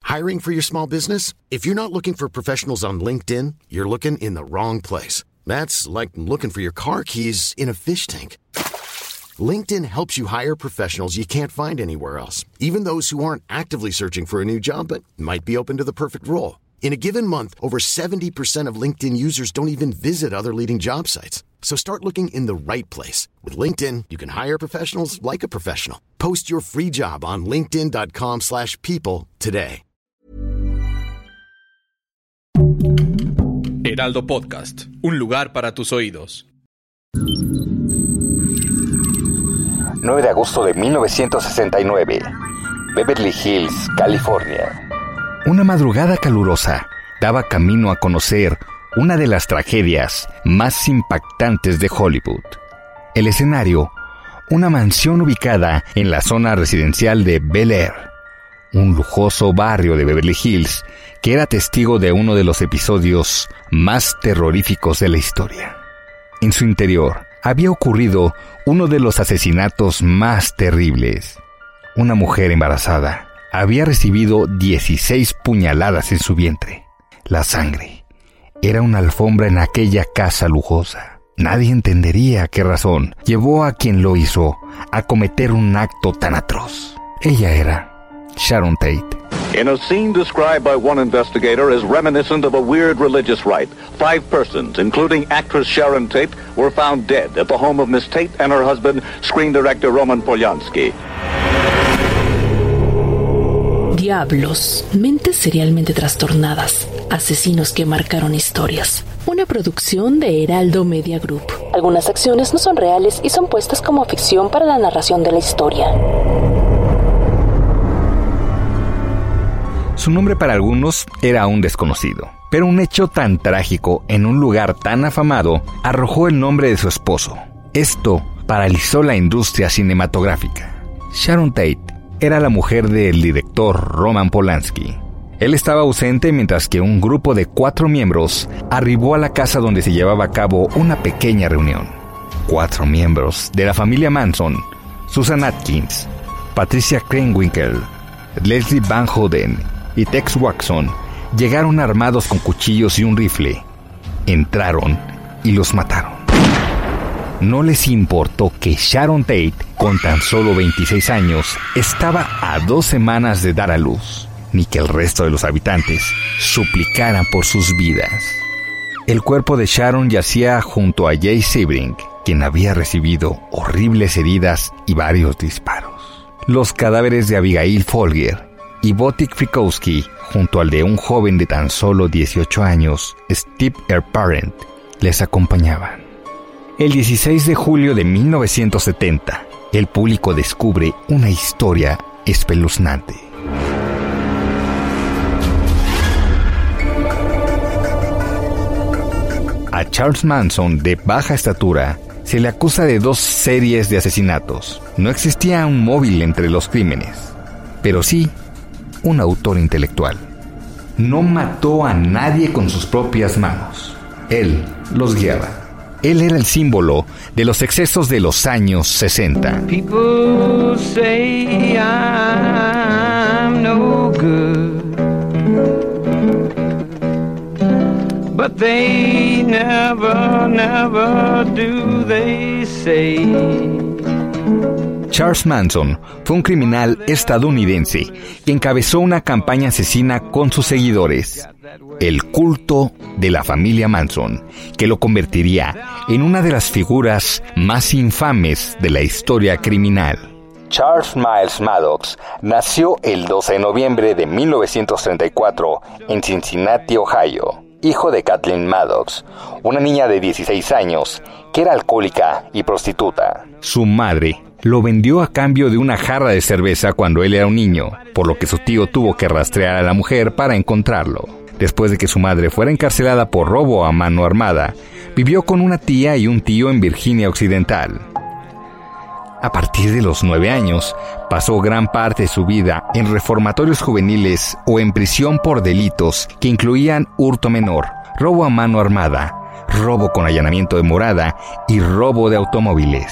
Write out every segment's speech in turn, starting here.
Hiring for your small business? If you're not looking for professionals on LinkedIn, you're looking in the wrong place. That's like looking for your car keys in a fish tank. LinkedIn helps you hire professionals you can't find anywhere else, even those who aren't actively searching for a new job but might be open to the perfect role. In a given month, over 70% of LinkedIn users don't even visit other leading job sites. So start looking in the right place. With LinkedIn, you can hire professionals like a professional. Post your free job on linkedin.com/people today. Heraldo Podcast, un lugar para tus oídos. 9 de agosto de 1969, Beverly Hills, California. Una madrugada calurosa daba camino a conocer una de las tragedias más impactantes de Hollywood. El escenario, una mansión ubicada en la zona residencial de Bel Air, un lujoso barrio de Beverly Hills que era testigo de uno de los episodios más terroríficos de la historia. En su interior había ocurrido uno de los asesinatos más terribles. Una mujer embarazada había recibido 16 puñaladas en su vientre. La sangre era una alfombra en aquella casa lujosa. Nadie entendería qué razón llevó a quien lo hizo a cometer un acto tan atroz. Ella era Sharon Tate. In a scene described by one investigator as reminiscent of a weird religious rite, 5 persons, including actress Sharon Tate, were found dead at the home of Miss Tate and her husband, screen director Roman Polanski. Diablos, mentes serialmente trastornadas, asesinos que marcaron historias. Una producción de Heraldo Media Group. Algunas acciones no son reales y son puestas como ficción para la narración de la historia. Su nombre para algunos era aún desconocido, pero un hecho tan trágico en un lugar tan afamado arrojó el nombre de su esposo. Esto paralizó la industria cinematográfica. Sharon Tate era la mujer del director Roman Polanski. Él estaba ausente mientras que un grupo de 4 miembros arribó a la casa donde se llevaba a cabo una pequeña reunión. 4 miembros de la familia Manson, Susan Atkins, Patricia Krenwinkel, Leslie Van Houten y Tex Watson, llegaron armados con cuchillos y un rifle. Entraron y los mataron. No les importó que Sharon Tate, con tan solo 26 años, estaba a 2 semanas de dar a luz, ni que el resto de los habitantes suplicaran por sus vidas. El cuerpo de Sharon yacía junto a Jay Sebring, quien había recibido horribles heridas y varios disparos. Los cadáveres de Abigail Folger y Wojciech Frykowski, junto al de un joven de tan solo 18 años, Steve Parent, les acompañaban. El 16 de julio de 1970, el público descubre una historia espeluznante. A Charles Manson, de baja estatura, se le acusa de 2 series de asesinatos. No existía un móvil entre los crímenes, pero sí un autor intelectual. No mató a nadie con sus propias manos. Él los guiaba. Él era el símbolo de los excesos de los años 60. People say I'm no good, but they never do they say. Charles Manson fue un criminal estadounidense que encabezó una campaña asesina con sus seguidores, el culto de la familia Manson, que lo convertiría en una de las figuras más infames de la historia criminal. Charles Miles Maddox nació el 12 de noviembre de 1934 en Cincinnati, Ohio, hijo de Kathleen Maddox, una niña de 16 años que era alcohólica y prostituta. Su madre lo vendió a cambio de una jarra de cerveza cuando él era un niño, por lo que su tío tuvo que rastrear a la mujer para encontrarlo. Después de que su madre fuera encarcelada por robo a mano armada, vivió con una tía y un tío en Virginia Occidental. A partir de los 9 años, pasó gran parte de su vida en reformatorios juveniles o en prisión por delitos que incluían hurto menor, robo a mano armada, robo con allanamiento de morada y robo de automóviles.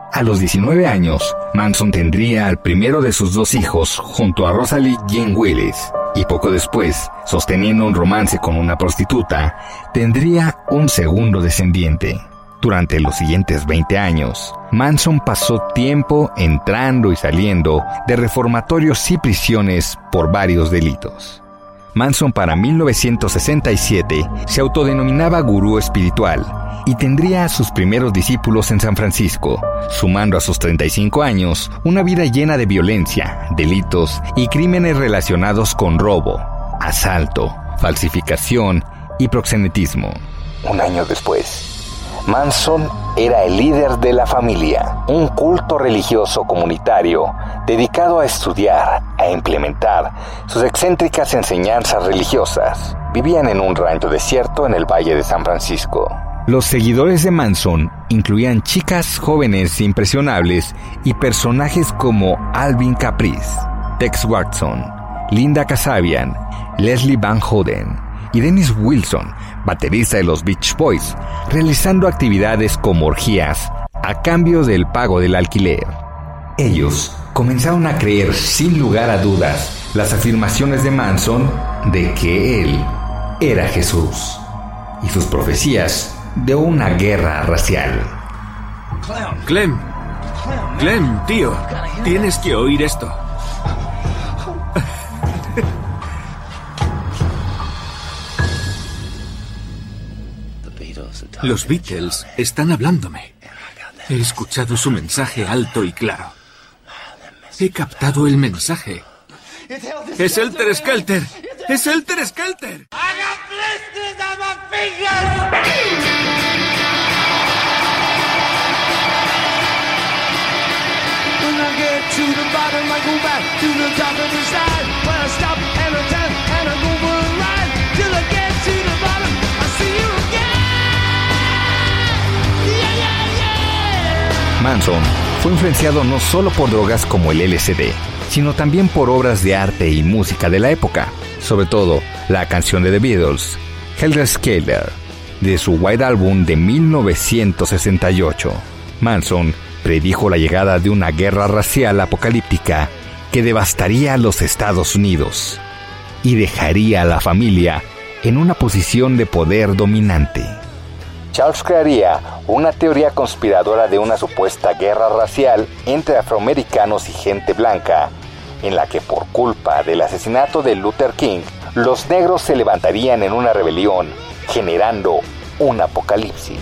A los 19 años, Manson tendría al primero de sus 2 hijos junto a Rosalie Jane Willis, y poco después, sosteniendo un romance con una prostituta, tendría un segundo descendiente. Durante los siguientes 20 años, Manson pasó tiempo entrando y saliendo de reformatorios y prisiones por varios delitos. Manson para 1967 se autodenominaba gurú espiritual y tendría a sus primeros discípulos en San Francisco, sumando a sus 35 años una vida llena de violencia, delitos y crímenes relacionados con robo, asalto, falsificación y proxenetismo. Un año después, Manson era el líder de La Familia, un culto religioso comunitario dedicado a estudiar e implementar sus excéntricas enseñanzas religiosas. Vivían en un rancho desierto en el Valle de San Francisco. Los seguidores de Manson incluían chicas jóvenes impresionables y personajes como Alvin Caprice, Tex Watson, Linda Kasabian, Leslie Van Hoden y Dennis Wilson, baterista de los Beach Boys, realizando actividades como orgías a cambio del pago del alquiler. Ellos comenzaron a creer sin lugar a dudas las afirmaciones de Manson de que él era Jesús y sus profecías de una guerra racial. Clem, tío, tienes que oír esto. Los Beatles están hablándome. He escuchado su mensaje alto y claro. He captado el mensaje. ¡Es Helter Skelter! ¡Es Helter Skelter! Manson fue influenciado no solo por drogas como el LSD, sino también por obras de arte y música de la época, sobre todo la canción de The Beatles, Helter Skelter, de su White Album de 1968. Manson predijo la llegada de una guerra racial apocalíptica que devastaría a los Estados Unidos y dejaría a la familia en una posición de poder dominante. Charles crearía una teoría conspiradora de una supuesta guerra racial entre afroamericanos y gente blanca, en la que por culpa del asesinato de Luther King, los negros se levantarían en una rebelión, generando un apocalipsis.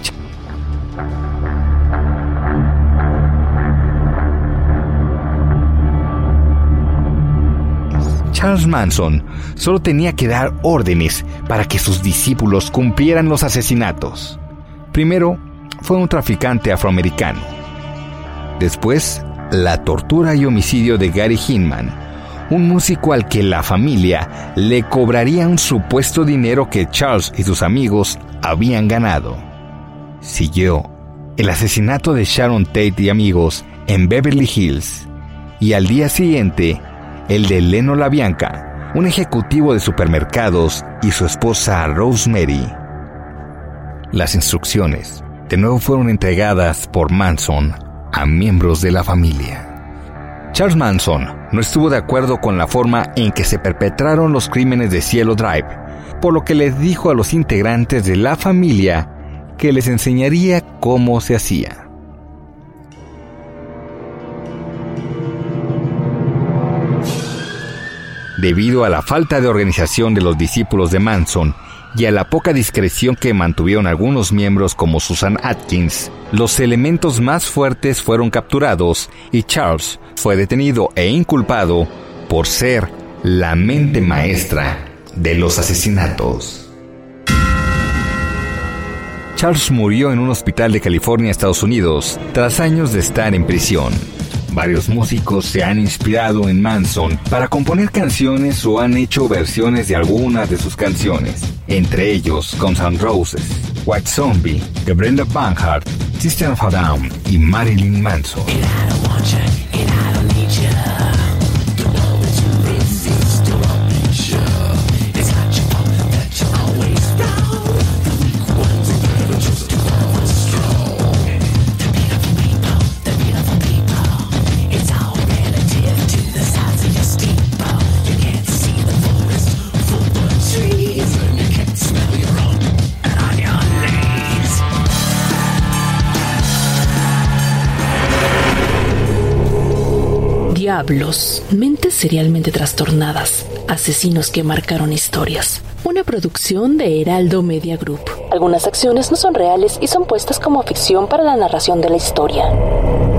Charles Manson solo tenía que dar órdenes para que sus discípulos cumplieran los asesinatos. Primero, fue un traficante afroamericano. Después, la tortura y homicidio de Gary Hinman, un músico al que la familia le cobraría un supuesto dinero que Charles y sus amigos habían ganado. Siguió el asesinato de Sharon Tate y amigos en Beverly Hills, y al día siguiente, el de Leno LaBianca, un ejecutivo de supermercados, y su esposa Rosemary. Las instrucciones de nuevo fueron entregadas por Manson a miembros de la familia. Charles Manson no estuvo de acuerdo con la forma en que se perpetraron los crímenes de Cielo Drive, por lo que les dijo a los integrantes de la familia que les enseñaría cómo se hacía. Debido a la falta de organización de los discípulos de Manson y a la poca discreción que mantuvieron algunos miembros como Susan Atkins, los elementos más fuertes fueron capturados y Charles fue detenido e inculpado por ser la mente maestra de los asesinatos. Charles murió en un hospital de California, Estados Unidos, tras años de estar en prisión. Varios músicos se han inspirado en Manson para componer canciones o han hecho versiones de algunas de sus canciones, entre ellos Guns N' Roses, White Zombie, Brenda Banhart, System of a Down y Marilyn Manson. Diablos, mentes serialmente trastornadas, asesinos que marcaron historias. Una producción de Heraldo Media Group. Algunas acciones no son reales y son puestas como ficción para la narración de la historia.